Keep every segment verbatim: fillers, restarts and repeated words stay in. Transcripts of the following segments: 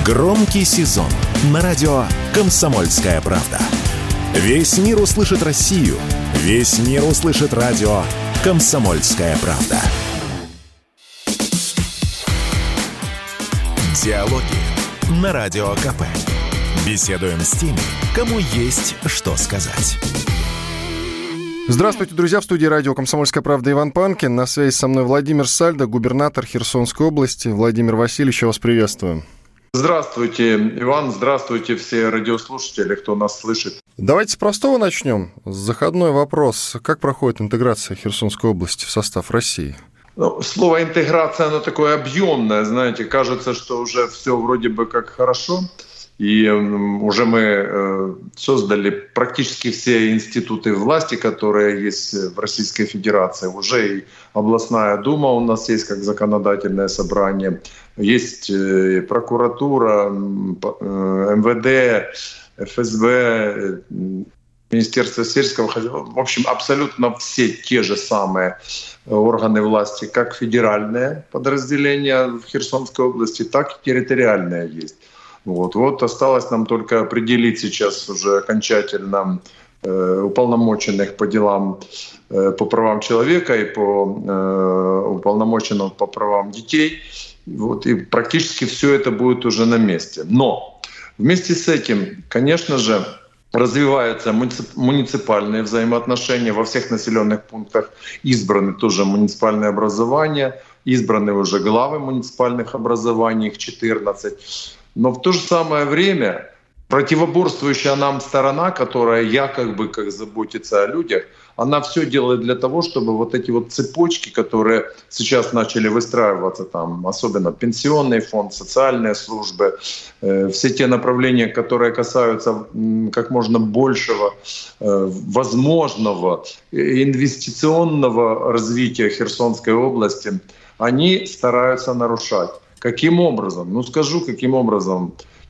Громкий сезон на радио «Комсомольская правда». Весь мир услышит Россию. Весь мир услышит радио «Комсомольская правда». Диалоги на Радио КП. Беседуем с теми, кому есть что сказать. Здравствуйте, друзья. В студии радио «Комсомольская правда» Иван Панкин. На связи со мной Владимир Сальдо, губернатор Херсонской области. Владимир Васильевич, я вас приветствую. Здравствуйте, Иван. Здравствуйте, все радиослушатели, кто нас слышит. Давайте с простого начнем. Заходной вопрос. Как проходит интеграция Херсонской области в состав России? Ну, слово «интеграция», оно такое объемное, знаете. Кажется, что уже все вроде бы как хорошо. И уже мы создали практически все институты власти, которые есть в Российской Федерации. Уже и областная дума у нас есть как законодательное собрание, есть прокуратура, эм вэ дэ, эф эс бэ, Министерство сельского хозяйства. В общем, абсолютно все те же самые органы власти, как федеральные подразделения в Херсонской области, так и территориальные есть. Вот, вот осталось нам только определить сейчас уже окончательно э, уполномоченных по делам э, по правам человека и по э, уполномоченного по правам детей. Вот, и практически все это будет уже на месте. Но вместе с этим, конечно же, развиваются муниципальные взаимоотношения. Во всех населенных пунктах избраны тоже муниципальные образования, избраны уже главы муниципальных образований, их четырнадцать. Но в то же самое время противоборствующая нам сторона, которая якобы как заботится о людях, она все делает для того, чтобы вот эти вот цепочки, которые сейчас начали выстраиваться, там, особенно пенсионный фонд, социальные службы, э, все те направления, которые касаются м, как можно большего э, возможного инвестиционного развития Херсонской области, они стараются нарушать. Каким образом? Ну, скажу, каким образом.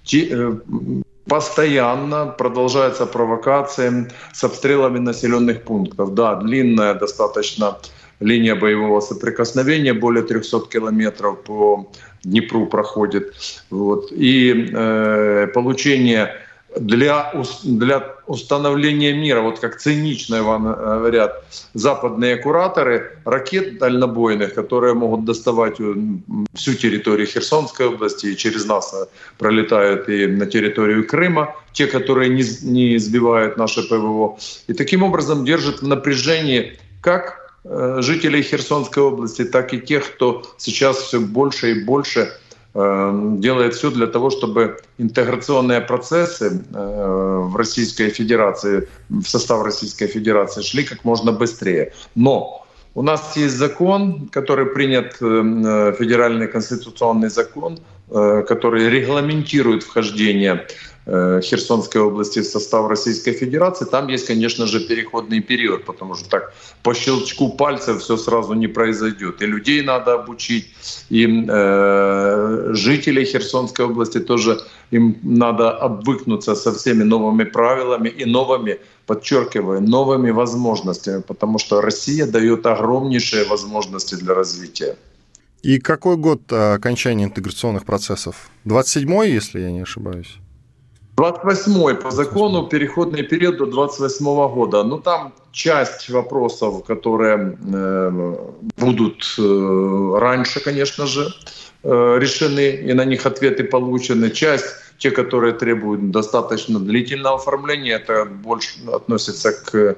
Постоянно продолжаются провокации с обстрелами населенных пунктов. Да, длинная достаточно линия боевого соприкосновения, более триста километров по Днепру проходит. Вот. И э, получение для, для установления мира, вот как цинично вам говорят западные кураторы, ракет дальнобойных, которые могут доставать всю территорию Херсонской области и через нас пролетают и на территорию Крыма, те, которые не, не сбивают наше ПВО. И таким образом держат в напряжении как жителей Херсонской области, так и тех, кто сейчас все больше и больше делает все для того, чтобы интеграционные процессы в Российской Федерации, в состав Российской Федерации шли как можно быстрее. Но у нас есть закон, который принят, федеральный конституционный закон, который регламентирует вхождение Херсонской области в состав Российской Федерации. Там есть, конечно же, переходный период, потому что так по щелчку пальцев все сразу не произойдет. И людей надо обучить, и э, жителей Херсонской области тоже им надо обвыкнуться со всеми новыми правилами и новыми, подчеркиваю, новыми возможностями, потому что Россия дает огромнейшие возможности для развития. И какой год окончания интеграционных процессов? двадцать седьмой, если я не ошибаюсь? двадцать восьмой по закону, переходный период до двадцать восьмого года. Ну, там часть вопросов, которые э, будут э, раньше, конечно же, э, решены, и на них ответы получены. Часть, те, которые требуют достаточно длительного оформления, это больше относится к э,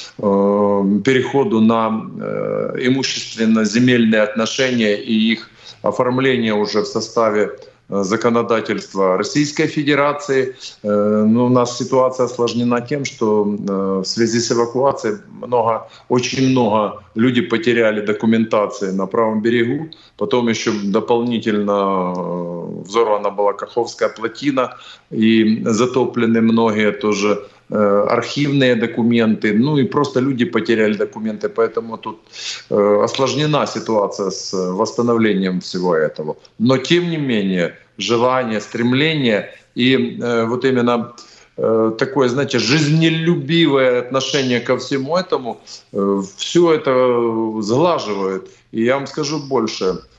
переходу на э, имущественно-земельные отношения и их оформление уже в составе законодательства Российской Федерации. Но у нас ситуация осложнена тем, что в связи с эвакуацией много, очень много людей потеряли документации на правом берегу. Потом еще дополнительно взорвана была Каховская плотина и затоплены многие тоже архивные документы, ну и просто люди потеряли документы, поэтому тут осложнена ситуация с восстановлением всего этого. Но тем не менее желание, стремление и вот именно такое, знаете, жизнелюбивое отношение ко всему этому, все это сглаживает. И я вам скажу больше.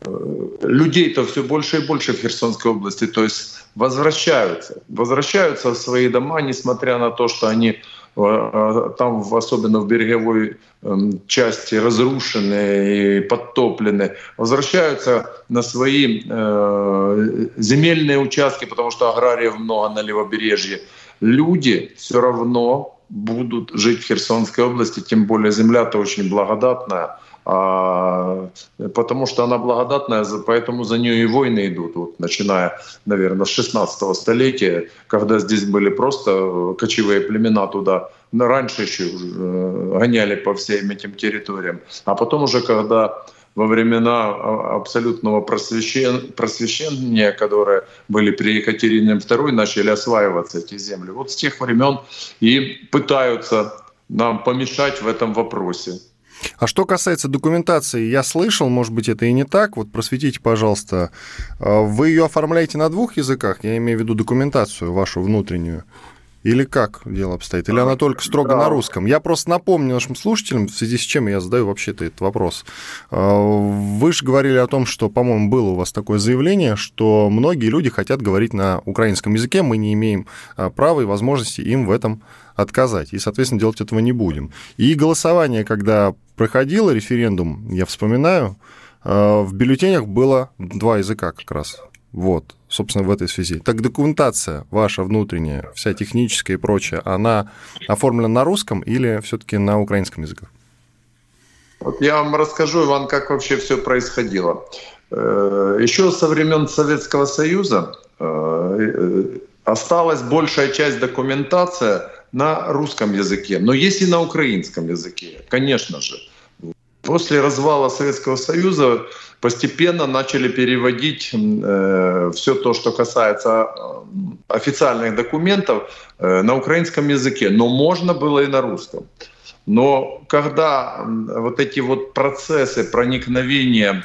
людей-то все больше и больше в Херсонской области, то есть возвращаются, возвращаются в свои дома, несмотря на то, что они там, особенно в береговой части, разрушены и подтоплены, возвращаются на свои э, земельные участки, потому что аграриев много на левобережье. Люди все равно будут жить в Херсонской области, тем более земля-то очень благодатная. А, потому что она благодатная, поэтому за нее и войны идут, вот, начиная, наверное, с шестнадцатого столетия, когда здесь были просто кочевые племена туда. Раньше еще гоняли по всем этим территориям. А потом уже, когда во времена абсолютного просвещения, просвещения, которые были при Екатерине второй, начали осваиваться эти земли. Вот с тех времен и пытаются нам помешать в этом вопросе. А что касается документации, я слышал, может быть, это и не так, вот просветите, пожалуйста, вы ее оформляете на двух языках, я имею в виду документацию вашу внутреннюю, или как дело обстоит, или она только строго да. на русском? Я просто напомню нашим слушателям, в связи с чем я задаю вообще-то этот вопрос. Вы же говорили о том, что, по-моему, было у вас такое заявление, что многие люди хотят говорить на украинском языке, мы не имеем права и возможности им в этом отказать, и, соответственно, делать этого не будем. И голосование, когда проходило референдум, я вспоминаю, в бюллетенях было два языка как раз. Вот, собственно, в этой связи. Так документация ваша внутренняя, вся техническая и прочая, она оформлена на русском или все-таки на украинском языке? Вот я вам расскажу, Иван, как вообще все происходило. Еще со времен Советского Союза осталась большая часть документации на русском языке, но есть и на украинском языке, конечно же. После развала Советского Союза постепенно начали переводить э, все то, что касается официальных документов, э, на украинском языке, но можно было и на русском. Но когда вот эти вот процессы проникновения,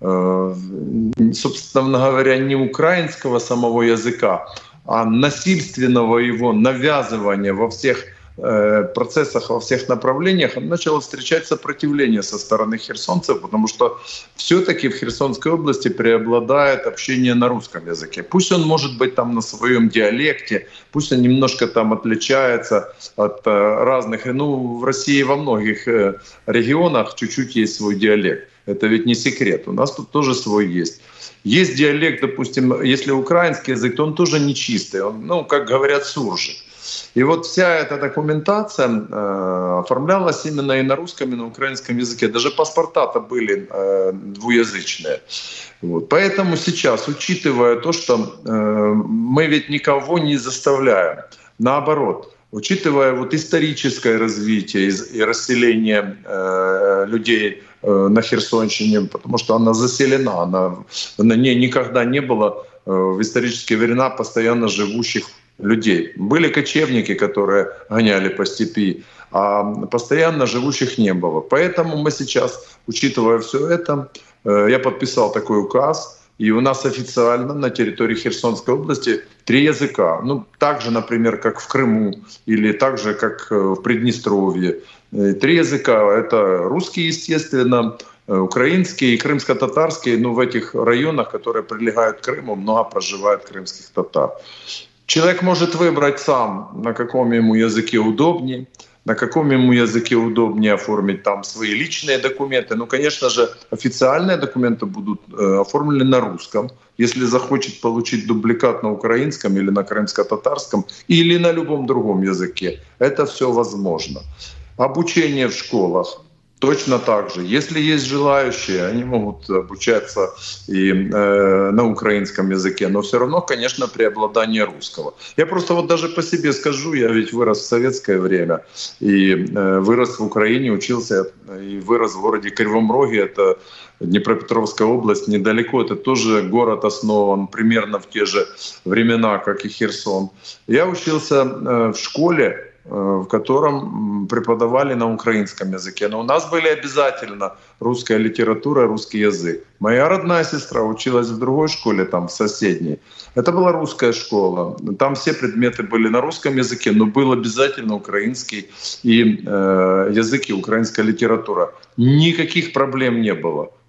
э, собственно говоря, не украинского самого языка, а насильственного его навязывания во всех процессах, во всех направлениях, он начал встречать сопротивление со стороны херсонцев, потому что все-таки в Херсонской области преобладает общение на русском языке. Пусть он может быть там на своем диалекте, пусть он немножко там отличается от разных, ну, в России во многих регионах чуть-чуть есть свой диалект. Это ведь не секрет. У нас тут тоже свой есть. Есть диалект, допустим, если украинский язык, то он тоже нечистый, он, ну, как говорят, суржик. И вот вся эта документация э, оформлялась именно и на русском, и на украинском языке. Даже паспорта-то были э, двуязычные. Вот. Поэтому сейчас, учитывая то, что э, мы ведь никого не заставляем, наоборот, учитывая вот историческое развитие и расселение э, людей э, на Херсонщине, потому что она заселена, она, на ней никогда не было э, в исторические времена постоянно живущих людей. Были кочевники, которые гоняли по степи, а постоянно живущих не было. Поэтому мы сейчас, учитывая все это, я подписал такой указ, и у нас официально на территории Херсонской области три языка. Ну, так же, например, как в Крыму, или так же, как в Приднестровье. Три языка — это русский, естественно, украинский и крымско-татарский. Ну, в этих районах, которые прилегают к Крыму, много проживает крымских татар. Человек может выбрать сам, на каком ему языке удобнее, на каком ему языке удобнее оформить там свои личные документы. Ну, конечно же, официальные документы будут э, оформлены на русском. Если захочет получить дубликат на украинском или на крымско-татарском или на любом другом языке, это все возможно. Обучение в школах точно так же. Если есть желающие, они могут обучаться и э, на украинском языке, но все равно, конечно, преобладание русского. Я просто вот даже по себе скажу, я ведь вырос в советское время и э, вырос в Украине, учился и вырос в городе Кривом Роге, это Днепропетровская область, недалеко, это тоже город основан примерно в те же времена, как и Херсон. Я учился э, в школе, в котором преподавали на украинском языке. Но у нас были обязательно русская литература, русский язык. Моя родная сестра училась в другой школе, там, в соседней. Это была русская школа. Там все предметы были на русском языке, но был обязательно украинский и э, язык, и украинская литература. Никаких проблем не было.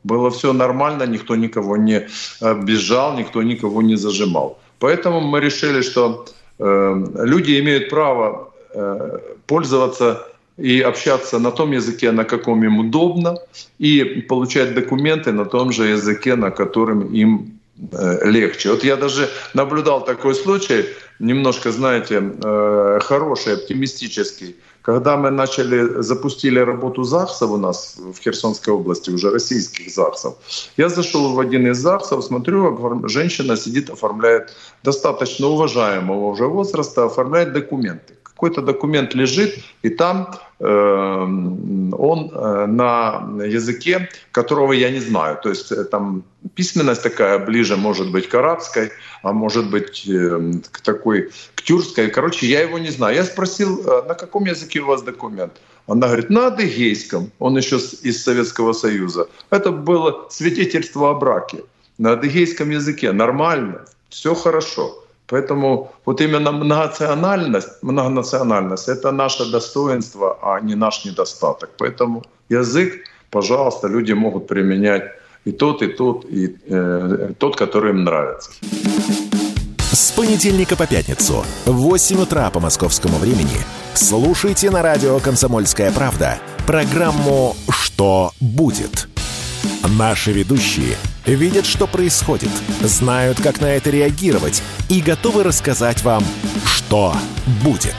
Было все нормально, никто никого не обижал, никто никого не зажимал. Поэтому мы решили, что э, люди имеют право э, пользоваться и общаться на том языке, на каком им удобно, и получать документы на том же языке, на котором им э, легче. Вот я даже наблюдал такой случай, немножко, знаете, э, хороший, оптимистический. Когда мы начали, запустили работу ЗАГСов у нас в Херсонской области, уже российских ЗАГСов, я зашел в один из ЗАГСов, смотрю, женщина сидит, оформляет достаточно уважаемого уже возраста, оформляет документы. Какой-то документ лежит, и там э, он э, на языке, которого я не знаю. То есть э, там письменность такая ближе, может быть, к арабской, а может быть, э, к такой, к тюркской. Короче, я его не знаю. Я спросил, э, на каком языке у вас документ? Она говорит, на адыгейском. Он еще из Советского Союза. Это было свидетельство о браке. На адыгейском языке. Нормально, все хорошо. Поэтому вот именно многонациональность, многонациональность — это наше достоинство, а не наш недостаток. Поэтому язык, пожалуйста, люди могут применять и тот, и тот, и э, тот, который им нравится. С понедельника по пятницу в восемь утра по московскому времени слушайте на радио «Комсомольская правда» программу «Что будет?». Наши ведущие видят, что происходит, знают, как на это реагировать и готовы рассказать вам, что будет.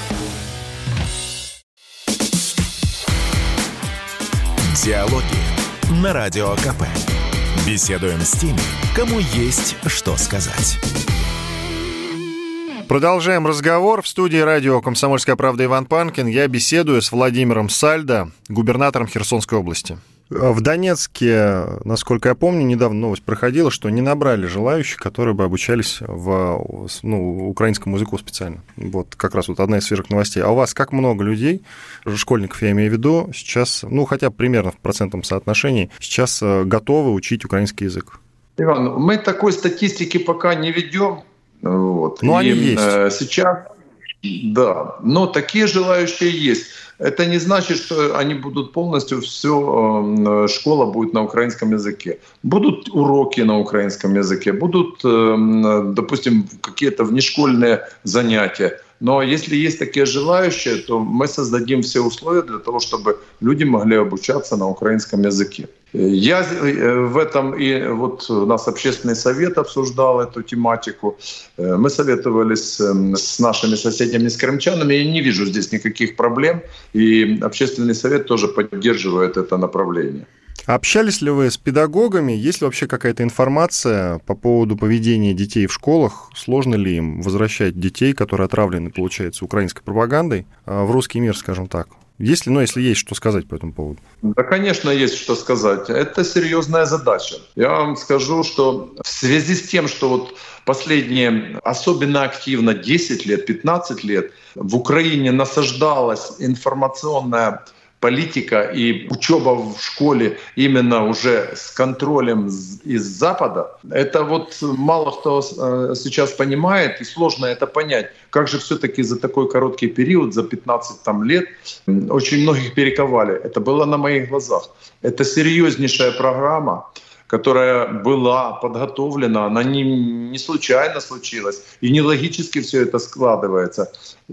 Диалоги на Радио КП. Беседуем с теми, кому есть что сказать. Продолжаем разговор. В студии радио «Комсомольская правда» Иван Панкин. Я беседую с Владимиром Сальдо, губернатором Херсонской области. В Донецке, насколько я помню, недавно новость проходила, что не набрали желающих, которые бы обучались в, ну, украинскому языку специально. Вот как раз вот одна из свежих новостей. А у вас как много людей, школьников я имею в виду, сейчас, ну хотя бы примерно в процентном соотношении, сейчас готовы учить украинский язык? Иван, мы такой статистики пока не ведем. Вот. Но и они есть. Сейчас, да, но такие желающие есть. Это не значит, что они будут полностью, все, школа будет на украинском языке. Будут уроки на украинском языке, будут, допустим, какие-то внешкольные занятия. Но если есть такие желающие, то мы создадим все условия для того, чтобы люди могли обучаться на украинском языке. Я в этом, и вот у нас общественный совет обсуждал эту тематику. Мы советовались с нашими соседями, с крымчанами. Я не вижу здесь никаких проблем. И общественный совет тоже поддерживает это направление. Общались ли вы с педагогами? Есть ли вообще какая-то информация по поводу поведения детей в школах? Сложно ли им возвращать детей, которые отравлены, получается, украинской пропагандой, в русский мир, скажем так? Есть ли, ну, если есть что сказать по этому поводу? Да, конечно, есть что сказать. Это серьезная задача. Я вам скажу, что в связи с тем, что вот последние, особенно активно, десять лет, пятнадцать лет, в Украине насаждалась информационная политика и учеба в школе именно уже с контролем из Запада, это вот мало кто сейчас понимает, и сложно это понять. Как же все-таки за такой короткий период, за пятнадцать там, лет, очень многих перековали. Это было на моих глазах. Это серьезнейшая программа, которая была подготовлена, она не, не случайно случилась, и не логически все это складывается.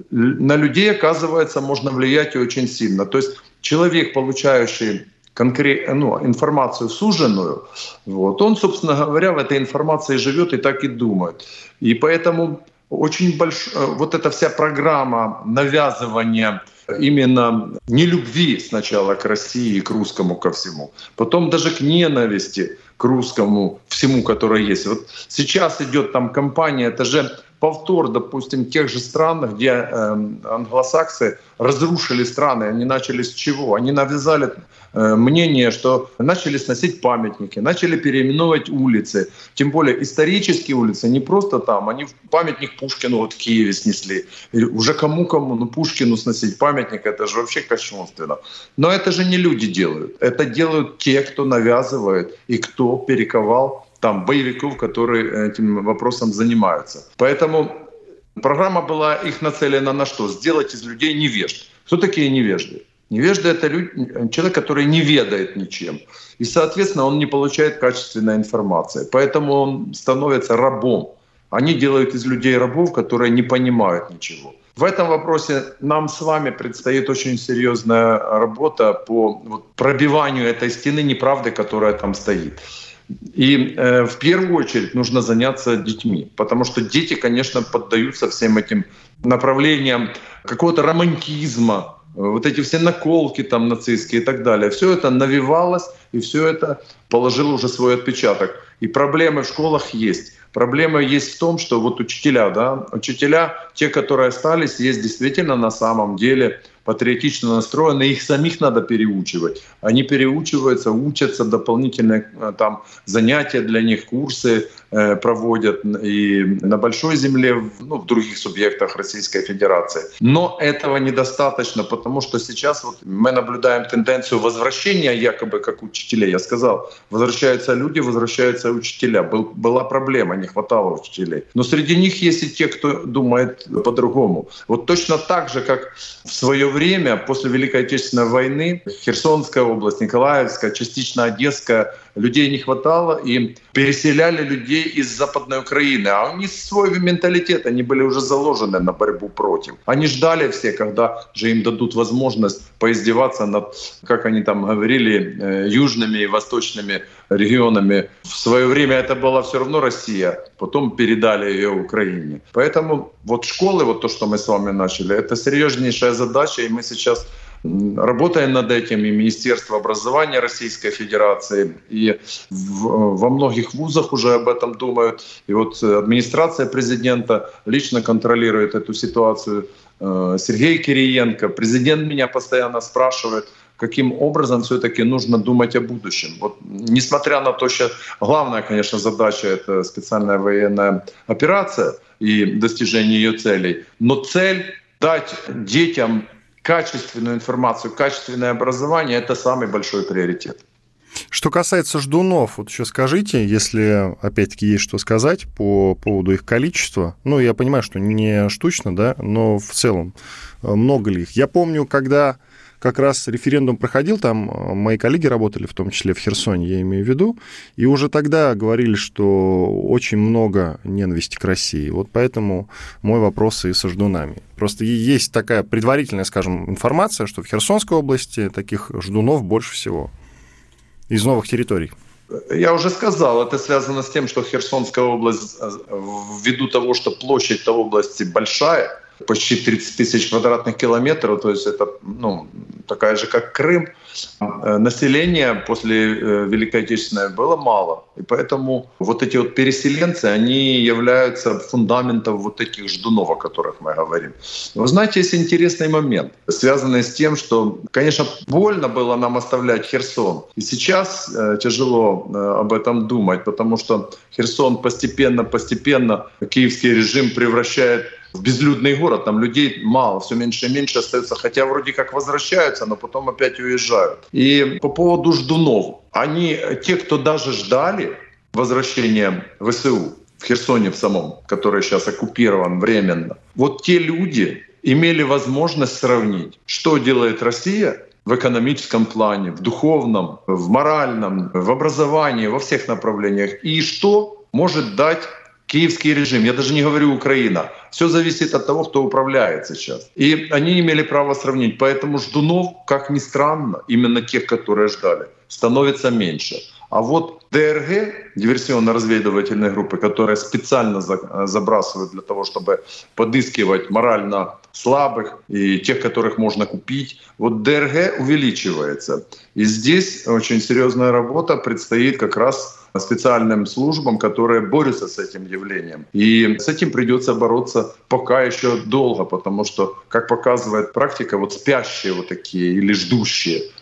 На людей, оказывается, можно влиять очень сильно. То есть человек, получающий конкрет, ну, информацию суженную, вот, он, собственно говоря, в этой информации живет и так и думает. И поэтому очень больш... вот эта вся программа навязывания именно нелюбви сначала к России и к русскому ко всему, потом даже к ненависти к русскому всему, которое есть. Вот сейчас идет там кампания, это же повтор, допустим, тех же стран, где э, англосаксы разрушили страны. Они начали с чего? Они навязали э, мнение, что начали сносить памятники, начали переименовывать улицы. Тем более исторические улицы, не просто там, они памятник Пушкину вот в Киеве снесли. И уже кому-кому, ну Пушкину сносить памятник, это же вообще кощунственно. Но это же не люди делают. Это делают те, кто навязывает и кто перековал там боевиков, которые этим вопросом занимаются. Поэтому программа была их нацелена на что? Сделать из людей невежд. Кто такие невежды? Невежда — это люди, человек, который не ведает ничем. И, соответственно, он не получает качественной информации. Поэтому он становится рабом. Они делают из людей рабов, которые не понимают ничего. В этом вопросе нам с вами предстоит очень серьезная работа по вот, пробиванию этой стены неправды, которая там стоит. И э, в первую очередь нужно заняться детьми, потому что дети, конечно, поддаются всем этим направлениям какого-то романтизма, вот эти все наколки там нацистские и так далее. Все это навивалось, и все это положило уже свой отпечаток. И проблемы в школах есть. Проблема есть в том, что вот учителя, да, учителя, те, которые остались, есть действительно на самом деле патриотично настроенные, их самих надо переучивать. Они переучиваются, учатся, дополнительные там занятия для них, курсы э, проводят и на Большой Земле, ну, в других субъектах Российской Федерации. Но этого недостаточно, потому что сейчас вот мы наблюдаем тенденцию возвращения якобы как учителей. Я сказал, возвращаются люди, возвращаются учителя. Был, была проблема, не хватало учителей. Но среди них есть и те, кто думает по-другому. Вот точно так же, как в свое время, после Великой Отечественной войны, Херсонская область, Николаевская, частично Одесская, людей не хватало, и переселяли людей из Западной Украины. А у них свой менталитет, они были уже заложены на борьбу против. Они ждали все, когда же им дадут возможность поиздеваться над, как они там говорили, южными и восточными регионами. В свое время это была все равно Россия, потом передали ее Украине. Поэтому вот школы, вот то, что мы с вами начали, это серьезнейшая задача, и мы сейчас работаем над этим, и Министерство образования Российской Федерации, и в, во многих вузах уже об этом думают. И вот администрация президента лично контролирует эту ситуацию. Сергей Кириенко, президент меня постоянно спрашивает, каким образом все-таки нужно думать о будущем. Вот, несмотря на то, что главная, конечно, задача — это специальная военная операция и достижение ее целей, но цель — дать детям качественную информацию, качественное образование — это самый большой приоритет. Что касается ждунов, вот еще скажите, если, опять-таки, есть что сказать по поводу их количества. Ну, я понимаю, что не штучно, да, но в целом много ли их? Я помню, когда как раз референдум проходил, там мои коллеги работали, в том числе в Херсоне, я имею в виду, и уже тогда говорили, что очень много ненависти к России. Вот поэтому мой вопрос и со ждунами. Просто есть такая предварительная, скажем, информация, что в Херсонской области таких ждунов больше всего из новых территорий. Я уже сказал, это связано с тем, что Херсонская область, ввиду того, что площадь этой области большая, почти тридцать тысяч квадратных километров, то есть это ну, такая же, как Крым. Населения после Великой Отечественной было мало. И поэтому вот эти вот переселенцы, они являются фундаментом вот этих ждунов, о которых мы говорим. Вы знаете, есть интересный момент, связанный с тем, что, конечно, больно было нам оставлять Херсон. И сейчас тяжело об этом думать, потому что Херсон постепенно-постепенно киевский режим превращает в безлюдный город, там людей мало, все меньше и меньше остается, хотя вроде как возвращаются, но потом опять уезжают. И по поводу ждунов, они, те, кто даже ждали возвращения ВСУ в Херсоне в самом, который сейчас оккупирован временно, вот те люди имели возможность сравнить, что делает Россия в экономическом плане, в духовном, в моральном, в образовании, во всех направлениях, и что может дать киевский режим, я даже не говорю Украина. Все зависит от того, кто управляет сейчас. И они имели право сравнить. Поэтому ждунов, как ни странно, именно тех, которые ждали, становится меньше. А вот ДРГ, диверсионно-разведывательные группы, которые специально забрасывают для того, чтобы подыскивать морально слабых и тех, которых можно купить, вот ДРГ увеличивается. И здесь очень серьезная работа предстоит как раз специальным службам, которые борются с этим явлением. И с этим придется бороться пока еще долго, потому что, как показывает практика, вот спящие вот такие или ждущие,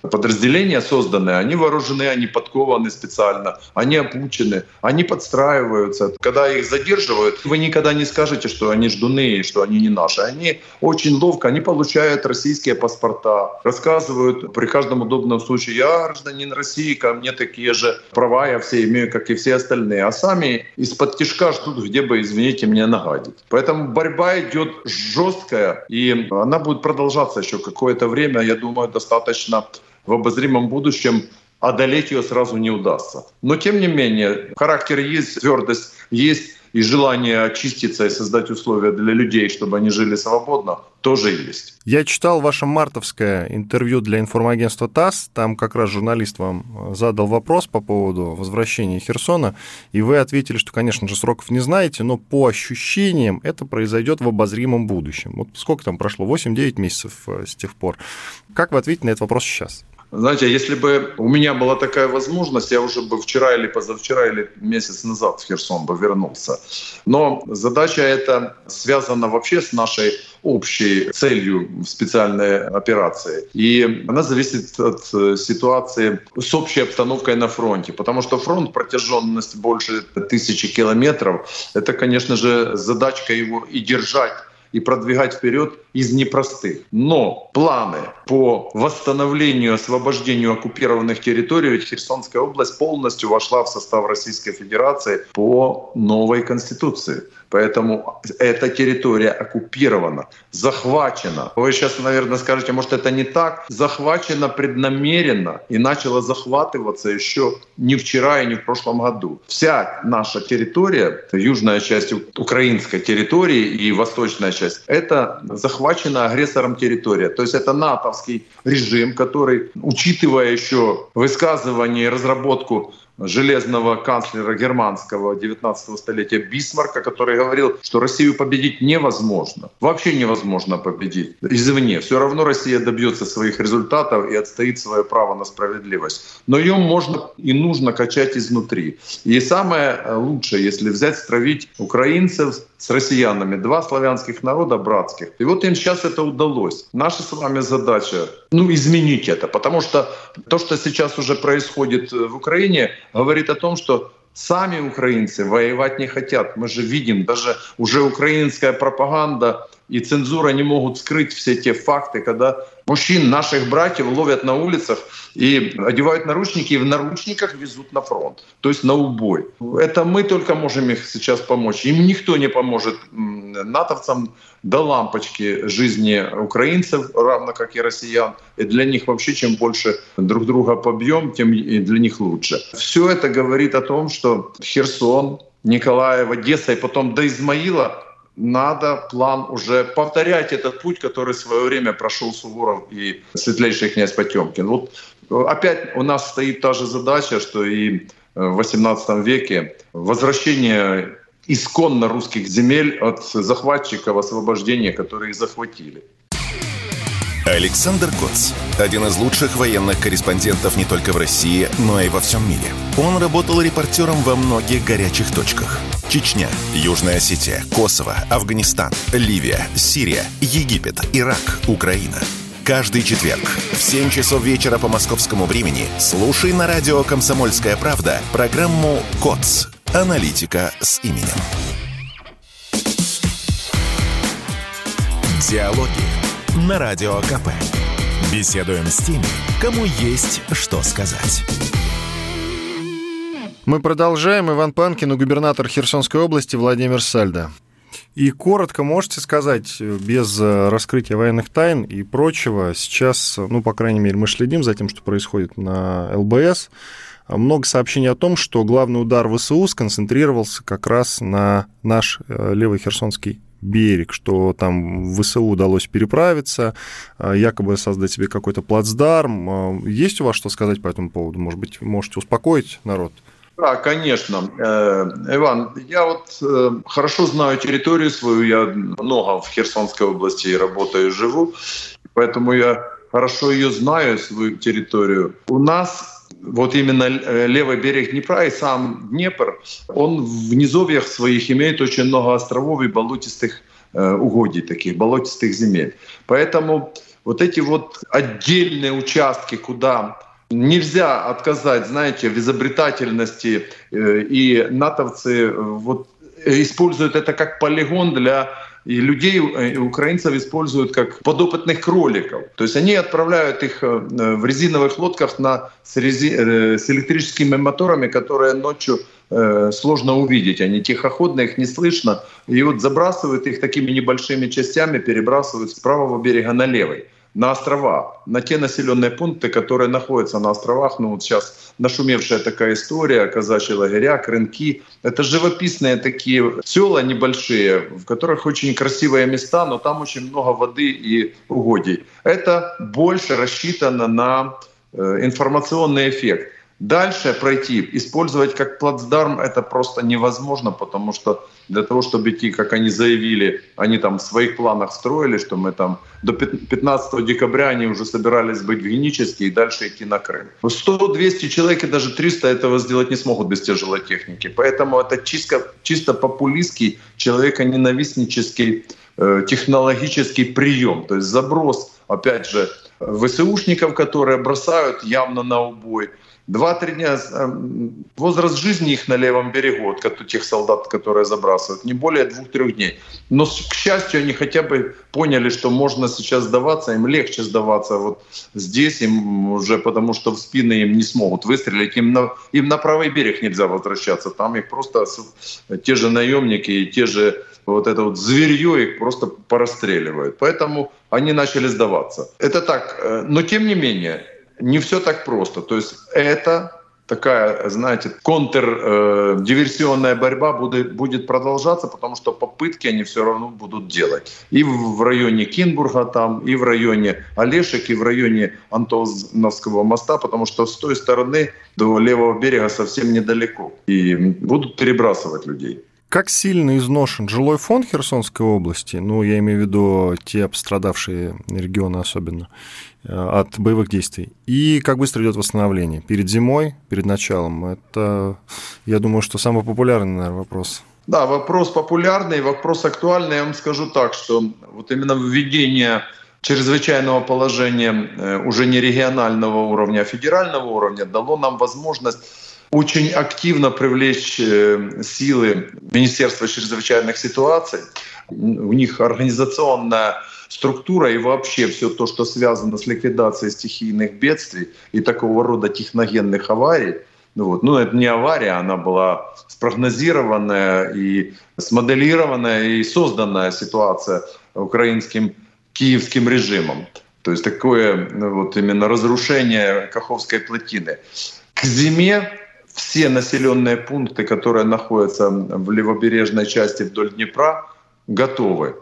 подразделения созданы, они вооружены, они подкованы специально, они обучены, они подстраиваются. Когда их задерживают, вы никогда не скажете, что они ждуны, что они не наши. Они очень ловко, они получают российские паспорта, рассказывают при каждом удобном случае: я гражданин России, ко мне такие же права я все имею, как и все остальные. А сами из-под тишка ждут, где бы, извините, мне нагадить. Поэтому борьба идет жесткая, и она будет продолжаться еще какое-то время. Я думаю, достаточно в обозримом будущем одолеть ее сразу не удастся. Но тем не менее, характер есть, твердость есть, и желание очиститься и создать условия для людей, чтобы они жили свободно, тоже есть. Я читал ваше мартовское интервью для информагентства ТАСС. Там как раз журналист вам задал вопрос по поводу возвращения Херсона, и вы ответили, что, конечно же, сроков не знаете, но по ощущениям это произойдет в обозримом будущем. Вот сколько там прошло? восемь-девять месяцев с тех пор. Как вы ответите на этот вопрос сейчас? Знаете, если бы у меня была такая возможность, я уже бы вчера или позавчера, или месяц назад в Херсон бы вернулся. Но задача эта связана вообще с нашей общей целью специальной операции. И она зависит от ситуации с общей обстановкой на фронте. Потому что фронт, протяженность больше тысячи километров, это, конечно же, задачка его и держать, и продвигать вперед из непростых. Но планы по восстановлению, освобождению оккупированных территорий, ведь Херсонская область полностью вошла в состав Российской Федерации по новой Конституции. Поэтому эта территория оккупирована, захвачена. Вы сейчас, наверное, скажете, может, это не так? Захвачена преднамеренно и начала захватываться еще не вчера и не в прошлом году. Вся наша территория, южная часть украинской территории и восточная часть, это захвачена агрессором территория. То есть это натовский режим, который, учитывая еще высказывание и разработку железного канцлера германского девятнадцатого столетия Бисмарка, который говорил, что Россию победить невозможно. Вообще невозможно победить извне. Все равно Россия добьется своих результатов и отстоит свое право на справедливость. Но ее можно и нужно качать изнутри. И самое лучшее, если взять, стравить украинцев с россиянами, два славянских народа братских. И вот им сейчас это удалось. Наша с вами задача, ну, изменить это. Потому что то, что сейчас уже происходит в Украине, говорит о том, что сами украинцы воевать не хотят. Мы же видим, даже уже украинская пропаганда и цензура не могут скрыть все те факты, когда мужчин, наших братьев, ловят на улицах и одевают наручники, и в наручниках везут на фронт, то есть на убой. Это мы только можем их сейчас помочь. Им никто не поможет, натовцам, до лампочки жизни украинцев, равно как и россиян. И для них вообще, чем больше друг друга побьем, тем и для них лучше. Все это говорит о том, что Херсон, Николаев, Одесса и потом до Измаила надо план уже повторять этот путь, который в свое время прошел Суворов и светлейший князь Потемкин. Вот опять у нас стоит та же задача, что и в восемнадцатом веке возвращение исконно русских земель от захватчиков, освобождения, которые их захватили. Александр Коц – один из лучших военных корреспондентов не только в России, но и во всем мире. Он работал репортером во многих горячих точках. Чечня, Южная Осетия, Косово, Афганистан, Ливия, Сирия, Египет, Ирак, Украина. Каждый четверг в семь часов вечера по московскому времени слушай на радио «Комсомольская правда» программу «Коц. Аналитика с именем». Диалоги на Радио КП. Беседуем с теми, кому есть что сказать. Мы продолжаем. Иван Панкин и губернатор Херсонской области Владимир Сальдо. И коротко можете сказать, без раскрытия военных тайн и прочего, сейчас, ну, по крайней мере, мы следим за тем, что происходит на ЛБС. Много сообщений о том, что главный удар ВСУ сконцентрировался как раз на наш левый Херсонский берег, что там ВСУ удалось переправиться, якобы создать себе какой-то плацдарм. Есть у вас что сказать по этому поводу? Может быть, можете успокоить народ? Да, конечно. Иван, я вот хорошо знаю территорию свою, я много в Херсонской области работаю и живу, поэтому я хорошо ее знаю, свою территорию. У нас вот именно левый берег Днепра и сам Днепр, он в низовьях своих имеет очень много островов и болотистых угодий, таких болотистых земель. Поэтому Вот эти вот отдельные участки, куда нельзя отказать, знаете, в изобретательности, и натовцы вот используют это как полигон для и людей, и украинцев используют как подопытных кроликов. То есть они отправляют их в резиновых лодках на, с, рези, с электрическими моторами, которые ночью э, сложно увидеть. Они тихоходные, их не слышно. И вот забрасывают их такими небольшими частями, перебрасывают с правого берега на левый. На острова, на те населенные пункты, которые находятся на островах. Ну вот сейчас нашумевшая такая история, казачьи лагеря, Крынки. Это живописные такие села небольшие, в которых очень красивые места, но там очень много воды и угодий. Это больше рассчитано на э, информационный эффект. Дальше пройти, использовать как плацдарм, это просто невозможно, потому что для того, чтобы идти, как они заявили, они там в своих планах строили, что мы там до пятнадцатого декабря они уже собирались быть в Геническе и дальше идти на Крым. сто-двести человек и даже триста этого сделать не смогут без тяжелой техники. Поэтому это чисто, чисто популистский, человеконенавистнический, э, технологический прием. То есть заброс, опять же, ВСУшников, которые бросают явно на убой. Два-три дня, возраст жизни их на левом берегу, от тех солдат, которые забрасывают, не более двух-трех дней. Но, к счастью, они хотя бы поняли, что можно сейчас сдаваться, им легче сдаваться вот здесь, им уже потому что в спины им не смогут выстрелить, им на, им на правый берег нельзя возвращаться, там их просто те же наемники и те же вот это вот зверье их просто порастреливают. Поэтому они начали сдаваться. Это так, но тем не менее, не все так просто. То есть это такая, знаете, контрдиверсионная борьба будет, будет продолжаться, потому что попытки они все равно будут делать. И в районе Кинбурга, там, и в районе Олешек, и в районе Антоновского моста, потому что с той стороны до левого берега совсем недалеко. И будут перебрасывать людей. Как сильно изношен жилой фонд Херсонской области, ну, я имею в виду те пострадавшие регионы особенно, от боевых действий, и как быстро идет восстановление? Перед зимой, перед началом? Это, я думаю, что самый популярный, наверное, вопрос. Да, вопрос популярный, вопрос актуальный. Я вам скажу так, что вот именно введение чрезвычайного положения уже не регионального уровня, а федерального уровня дало нам возможность очень активно привлечь силы Министерства чрезвычайных ситуаций. У них организационная структура и вообще все то, что связано с ликвидацией стихийных бедствий и такого рода техногенных аварий. Ну, вот. Ну, это не авария, она была спрогнозированная и смоделированная и созданная ситуация украинским киевским режимом. То есть такое ну, вот именно разрушение Каховской плотины. К зиме все населенные пункты, которые находятся в левобережной части вдоль Днепра, готовы.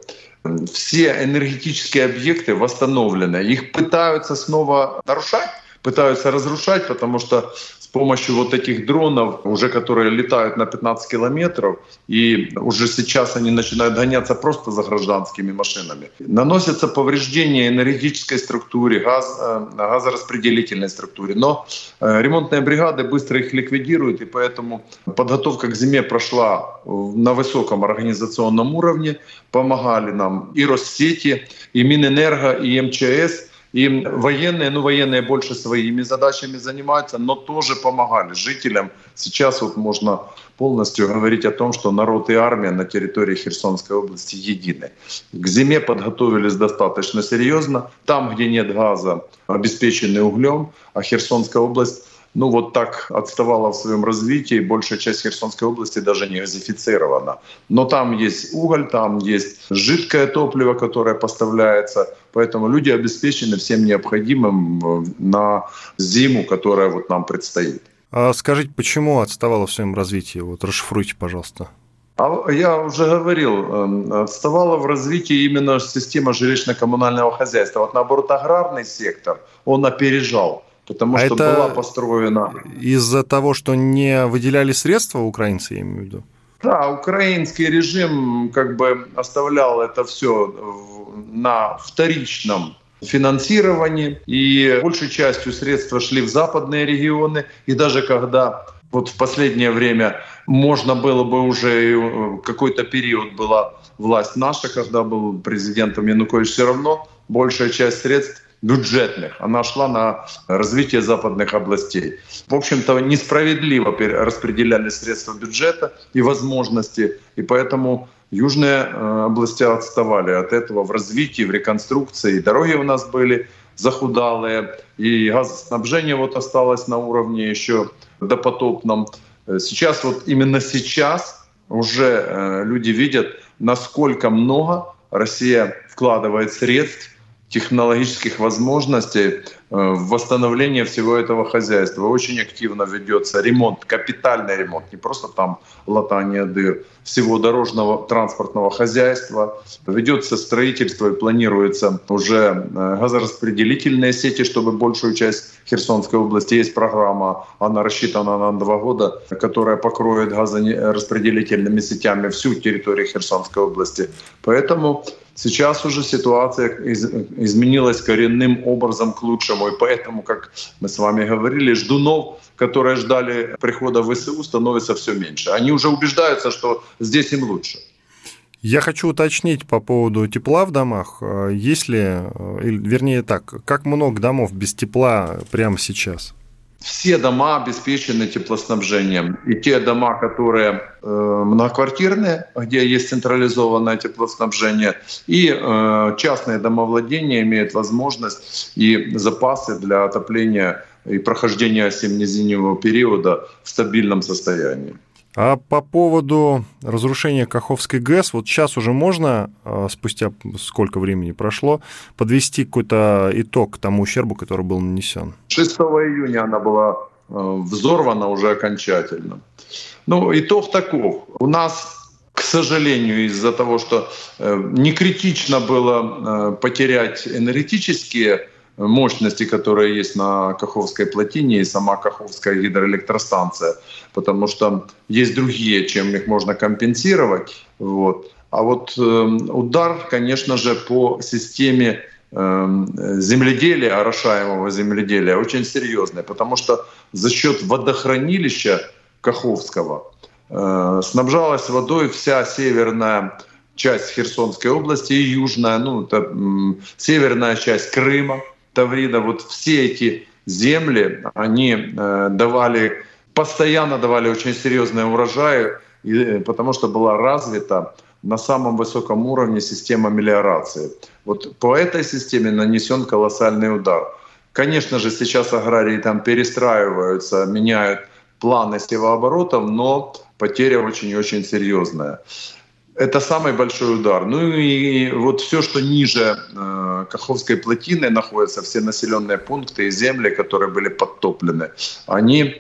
Все энергетические объекты восстановлены. Их пытаются снова нарушать, пытаются разрушать, потому что с помощью вот этих дронов, уже которые летают на пятнадцать километров, и уже сейчас они начинают гоняться просто за гражданскими машинами. Наносятся повреждения энергетической структуре, газ, газораспределительной структуре. Но ремонтные бригады быстро их ликвидируют, и поэтому подготовка к зиме прошла на высоком организационном уровне. Помогали нам и Россети, и Минэнерго, и эм че эс. И военные, ну военные больше своими задачами занимаются, но тоже помогали жителям. Сейчас вот можно полностью говорить о том, что народ и армия на территории Херсонской области едины. К зиме подготовились достаточно серьезно. Там, где нет газа, обеспечены углем, а Херсонская область ну вот так отставала в своем развитии, большая часть Херсонской области даже не газифицирована. Но там есть уголь, там есть жидкое топливо, которое поставляется, поэтому люди обеспечены всем необходимым на зиму, которая вот нам предстоит. А скажите, почему отставала в своем развитии? Вот расшифруйте, пожалуйста. А я уже говорил, отставала в развитии именно система жилищно-коммунального хозяйства. Вот наоборот, аграрный сектор, он опережал. Потому а что это была построена... из-за того, что не выделяли средства украинцы, я имею в виду? Да, украинский режим как бы оставлял это все на вторичном финансировании, и большей частью средства шли в западные регионы, и даже когда вот в последнее время можно было бы уже, какой-то период была власть наша, когда был президентом Янукович, все равно большая часть средств бюджетных, она шла на развитие западных областей. В общем-то, несправедливо распределяли средства бюджета и возможности, и поэтому южные области отставали от этого в развитии, в реконструкции. И дороги у нас были захудалые, и газоснабжение вот осталось на уровне еще допотопном. Сейчас, вот именно сейчас уже люди видят, насколько много Россия вкладывает средств, технологических возможностей в восстановление всего этого хозяйства. Очень активно ведется ремонт, капитальный ремонт, не просто там латание дыр, всего дорожного транспортного хозяйства. Ведется строительство и планируется уже газораспределительные сети, чтобы большую часть Херсонской области, есть программа, она рассчитана на два года, которая покроет газораспределительными сетями всю территорию Херсонской области. Поэтому сейчас уже ситуация изменилась коренным образом к лучшему. И поэтому, как мы с вами говорили, ждунов, которые ждали прихода ВСУ, становится все меньше. Они уже убеждаются, что здесь им лучше. Я хочу уточнить по поводу тепла в домах. Есть ли, вернее так, как много домов без тепла прямо сейчас? Все дома обеспечены теплоснабжением. И те дома, которые э, многоквартирные, где есть централизованное теплоснабжение, и э, частные домовладения имеют возможность и запасы для отопления и прохождения осенне-зимнего периода в стабильном состоянии. А по поводу разрушения Каховской ГЭС, вот сейчас уже можно, спустя сколько времени прошло, подвести какой-то итог тому ущербу, который был нанесен? шестого июня она была взорвана уже окончательно. Ну, итог таков. У нас, к сожалению, из-за того, что не критично было потерять энергетические мощности, которые есть на Каховской плотине и сама Каховская гидроэлектростанция, потому что есть другие, чем их можно компенсировать. Вот. А вот э, удар, конечно же, по системе э, земледелия, орошаемого земледелия, очень серьезный, потому что за счет водохранилища Каховского э, снабжалась водой вся северная часть Херсонской области и южная, ну, это, э, северная часть Крыма, Таврида. Вот все эти земли, они э, давали, постоянно давали очень серьезные урожаи, и, потому что была развита на самом высоком уровне система мелиорации. Вот по этой системе нанесен колоссальный удар. Конечно же, сейчас аграрии там перестраиваются, меняют планы севооборотов, но потеря очень-очень серьезная. Это самый большой удар. Ну и вот все, что ниже э, Каховской плотины находятся, все населенные пункты и земли, которые были подтоплены, они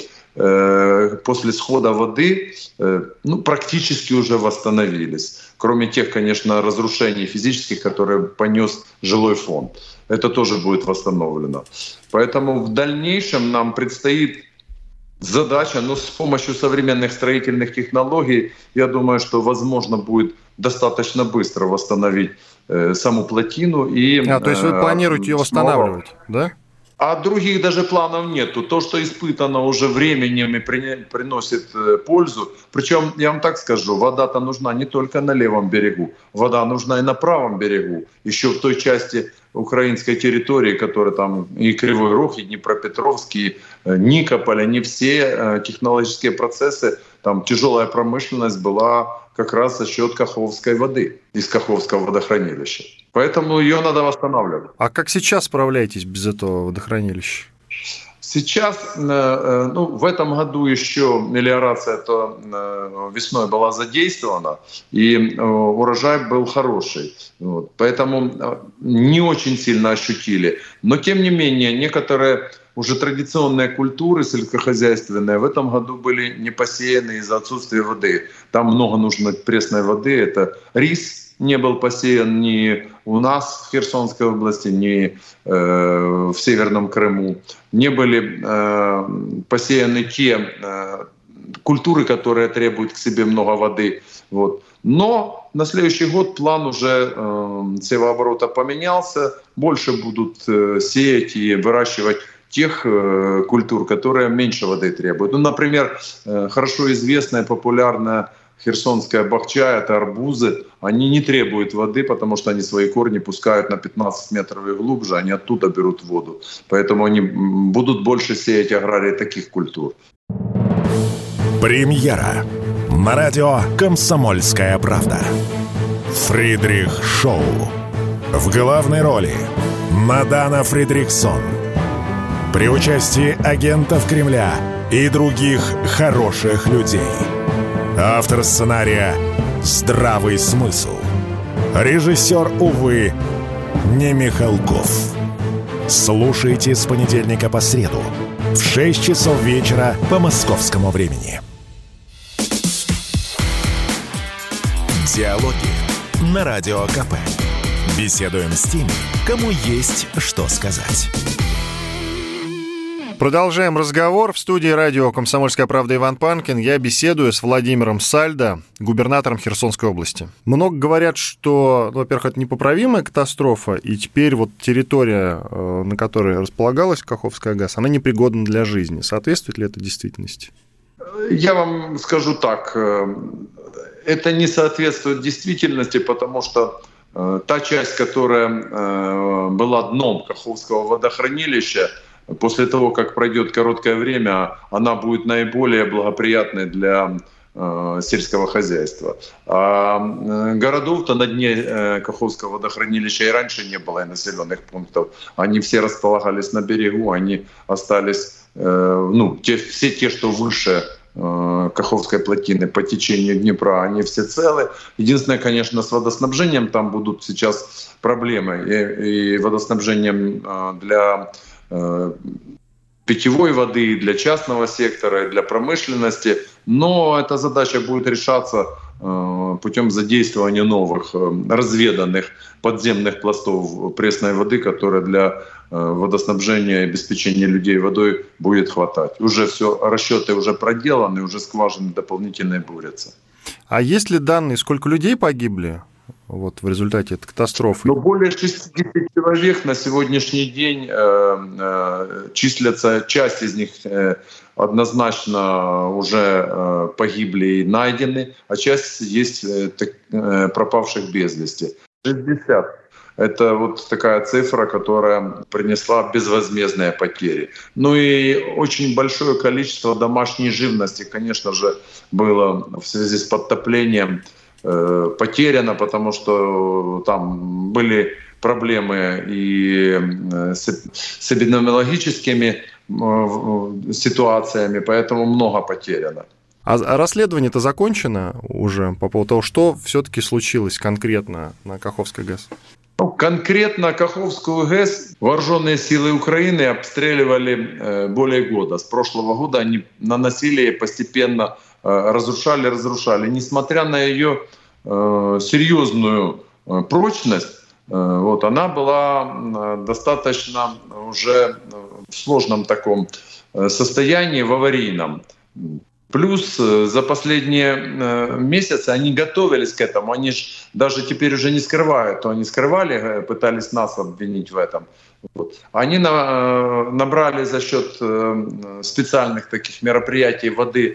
э, после схода воды э, ну, практически уже восстановились. Кроме тех, конечно, разрушений физических, которые понес жилой фонд. Это тоже будет восстановлено. Поэтому в дальнейшем нам предстоит задача, но с помощью современных строительных технологий, я думаю, что возможно будет достаточно быстро восстановить э, саму плотину. И, а, то есть вы планируете ее восстанавливать, да? А других даже планов нету. То, что испытано уже временем и при, приносит э, пользу. Причем, я вам так скажу, вода-то нужна не только на левом берегу. Вода нужна и на правом берегу. Еще в той части украинской территории, которая там и Кривой Рог, и Днепропетровск, и Никополь, они все технологические процессы, там тяжелая промышленность была как раз за счет Каховской воды, из Каховского водохранилища. Поэтому ее надо восстанавливать. А как сейчас справляетесь без этого водохранилища? Сейчас, ну, в этом году еще мелиорация то весной была задействована, и урожай был хороший. Вот. Поэтому не очень сильно ощутили. Но, тем не менее, некоторые уже традиционные культуры сельскохозяйственные в этом году были не посеяны из-за отсутствия воды. Там много нужно пресной воды. Это рис не был посеян ни у нас в Херсонской области, ни э, в Северном Крыму. Не были э, посеяны те э, культуры, которые требуют к себе много воды. Вот. Но на следующий год план уже э, севооборота поменялся. Больше будут э, сеять и выращивать тех э, культур, которые меньше воды требуют. Ну, например, э, хорошо известная, популярная Херсонская бахча, это арбузы, они не требуют воды, потому что они свои корни пускают на пятнадцать метров и глубже, они оттуда берут воду. Поэтому они будут больше сеять аграрии таких культур. Премьера на радио «Комсомольская правда». Фридрих Шоу. В главной роли Мадана Фридрихсон. При участии агентов Кремля и других хороших людей. Автор сценария «Здравый смысл». Режиссер, увы, не Михалков. Слушайте с понедельника по среду в шесть часов вечера по московскому времени. Диалоги на Радио КП. Беседуем с теми, кому есть что сказать. Продолжаем разговор. В студии радио «Комсомольская правда» Иван Панкин. Я беседую с Владимиром Сальдо, губернатором Херсонской области. Много говорят, что, во-первых, это непоправимая катастрофа, и теперь вот территория, на которой располагалась Каховская ГАЗ, она непригодна для жизни. Соответствует ли это действительности? Я вам скажу так. Это не соответствует действительности, потому что та часть, которая была дном Каховского водохранилища, после того, как пройдет короткое время, она будет наиболее благоприятной для э, сельского хозяйства. А э, городов-то на дне э, Каховского водохранилища и раньше не было, и населенных пунктов. Они все располагались на берегу, они остались, э, ну, те, все те, что выше э, Каховской плотины по течению Днепра, они все целы. Единственное, конечно, с водоснабжением там будут сейчас проблемы. И, и водоснабжением э, для питьевой воды для частного сектора, для промышленности. Но эта задача будет решаться путем задействования новых разведанных подземных пластов пресной воды, которые для водоснабжения и обеспечения людей водой будет хватать. Уже все, расчеты уже проделаны, уже скважины дополнительные бурятся. А есть ли данные, сколько людей погибли вот в результате этой катастрофы? Но более шестьдесят человек на сегодняшний день э, э, числятся, часть из них э, однозначно уже э, погибли и найдены, а часть есть э, так, э, пропавших без вести. шестьдесят. Это вот такая цифра, которая принесла безвозмездные потери. Ну и очень большое количество домашней живности, конечно же, было в связи с подтоплением потеряно, потому что там были проблемы и с эпидемиологическими ситуациями, поэтому много потеряно. А расследование-то закончено уже по поводу того, что все-таки случилось конкретно на Каховской ГЭС? Ну, конкретно Каховскую ГЭС вооруженные силы Украины обстреливали более года. С прошлого года они наносили постепенно, разрушали, разрушали. Несмотря на ее серьезную прочность, вот, она была достаточно уже в сложном таком состоянии, в аварийном. Плюс за последние месяцы они готовились к этому. Они же даже теперь уже не скрывают. То они скрывали, пытались нас обвинить в этом. Вот. Они на, набрали за счет специальных таких мероприятий воды.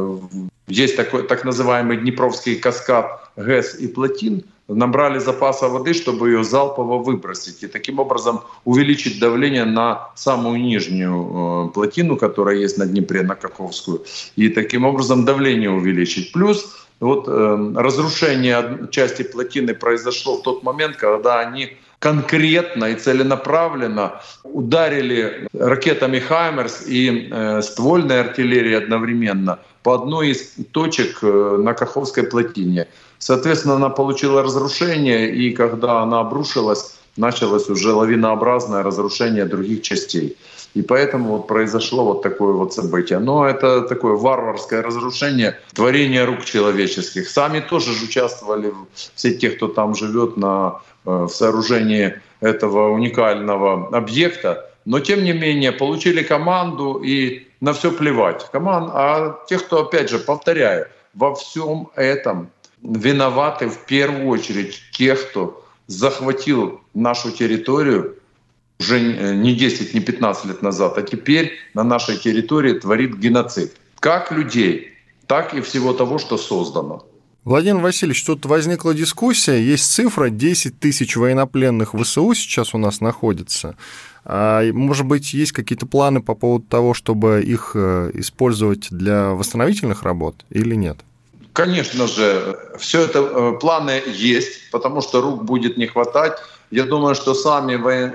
Есть такой так называемый Днепровский каскад ГЭС и плотин. Набрали запаса воды, чтобы ее залпово выбросить. И таким образом увеличить давление на самую нижнюю плотину, которая есть на Днепре, на Каховскую. И таким образом давление увеличить. Плюс вот, э, разрушение части плотины произошло в тот момент, когда они конкретно и целенаправленно ударили ракетами «Хаймерс» и э, ствольной артиллерией одновременно по одной из точек э, на Каховской плотине. Соответственно, она получила разрушение, и когда она обрушилась, началось уже лавинообразное разрушение других частей. И поэтому вот произошло вот такое вот событие. Но это такое варварское разрушение творения рук человеческих. Сами тоже же участвовали, все те, кто там живет, на, в сооружении этого уникального объекта. Но тем не менее получили команду, и на все плевать. Команд... А те, кто, опять же, повторяю, во всем этом виноваты в первую очередь те, кто захватил нашу территорию уже не десять, не пятнадцать лет назад, а теперь на нашей территории творит геноцид. Как людей, так и всего того, что создано. Владимир Васильевич, тут возникла дискуссия, есть цифра, десять тысяч военнопленных в ВСУ сейчас у нас находится. А, может быть, есть какие-то планы по поводу того, чтобы их использовать для восстановительных работ или нет? Конечно же, все это планы есть, потому что рук будет не хватать. Я думаю, что сами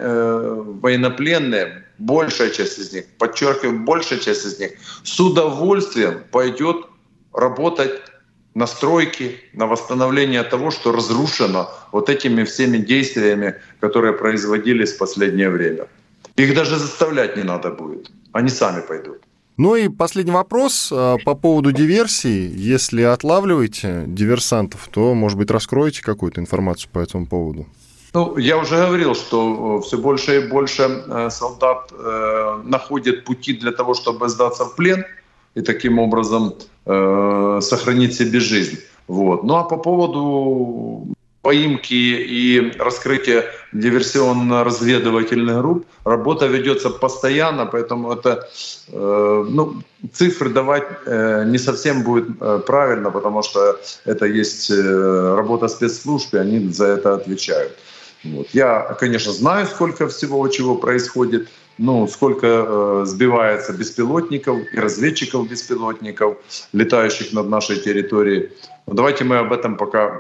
военнопленные, большая часть из них, подчеркиваю, большая часть из них, с удовольствием пойдет работать на стройки, на восстановление того, что разрушено вот этими всеми действиями, которые производились в последнее время. Их даже заставлять не надо будет. Они сами пойдут. Ну и последний вопрос по поводу диверсий. Если отлавливаете диверсантов, то, может быть, раскроете какую-то информацию по этому поводу? Ну, я уже говорил, что все больше и больше солдат находят пути для того, чтобы сдаться в плен и таким образом э, сохранить себе жизнь. Вот. Ну а по поводу поимки и раскрытия диверсионно-разведывательных групп работа ведется постоянно, поэтому это э, ну, цифры давать э, не совсем будет э, правильно, потому что это есть э, работа спецслужб, и они за это отвечают. Вот. Я, конечно, знаю, сколько всего чего происходит, ну, сколько э, сбивается беспилотников и разведчиков беспилотников, летающих над нашей территорией. Но давайте мы об этом пока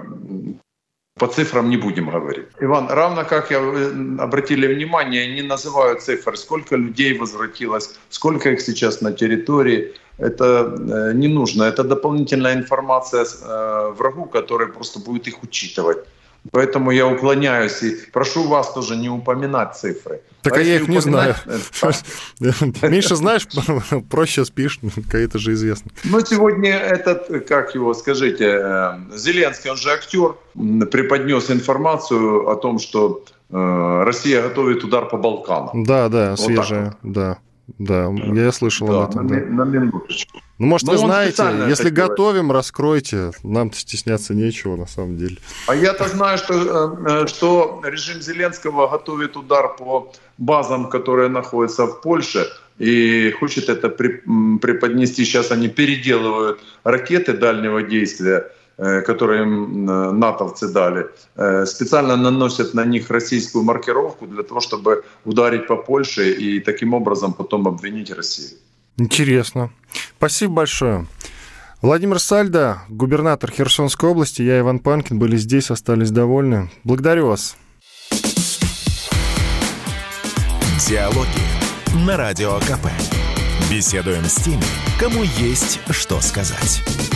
по цифрам не будем говорить. Иван, равно как я обратили внимание, не называют цифр, сколько людей возвратилось, сколько их сейчас на территории. Это э, не нужно. Это дополнительная информация э, врагу, который просто будет их учитывать. Поэтому я уклоняюсь и прошу вас тоже не упоминать цифры. Так а я их не знаю. Это... Меньше знаешь, проще спишь, это же известно. Ну, сегодня этот, как его, скажите, Зеленский, он же актер, преподнес информацию о том, что Россия готовит удар по Балканам. Да, да, вот свежая, вот. да. Да, я слышал да, об этом. На, да. на минуточку. Ну, может, Но вы знаете, если готовим, делает. раскройте. Нам-то стесняться нечего, на самом деле. А я-то знаю, что, что режим Зеленского готовит удар по базам, которые находятся в Польше, и хочет это преподнести. Сейчас они переделывают ракеты дальнего действия, которые им натовцы дали, специально наносят на них российскую маркировку для того, чтобы ударить по Польше и таким образом потом обвинить Россию. Интересно. Спасибо большое. Владимир Сальдо, губернатор Херсонской области, я, Иван Панкин, были здесь, остались довольны. Благодарю вас. Диалоги на Радио КП. Беседуем с теми, кому есть что сказать.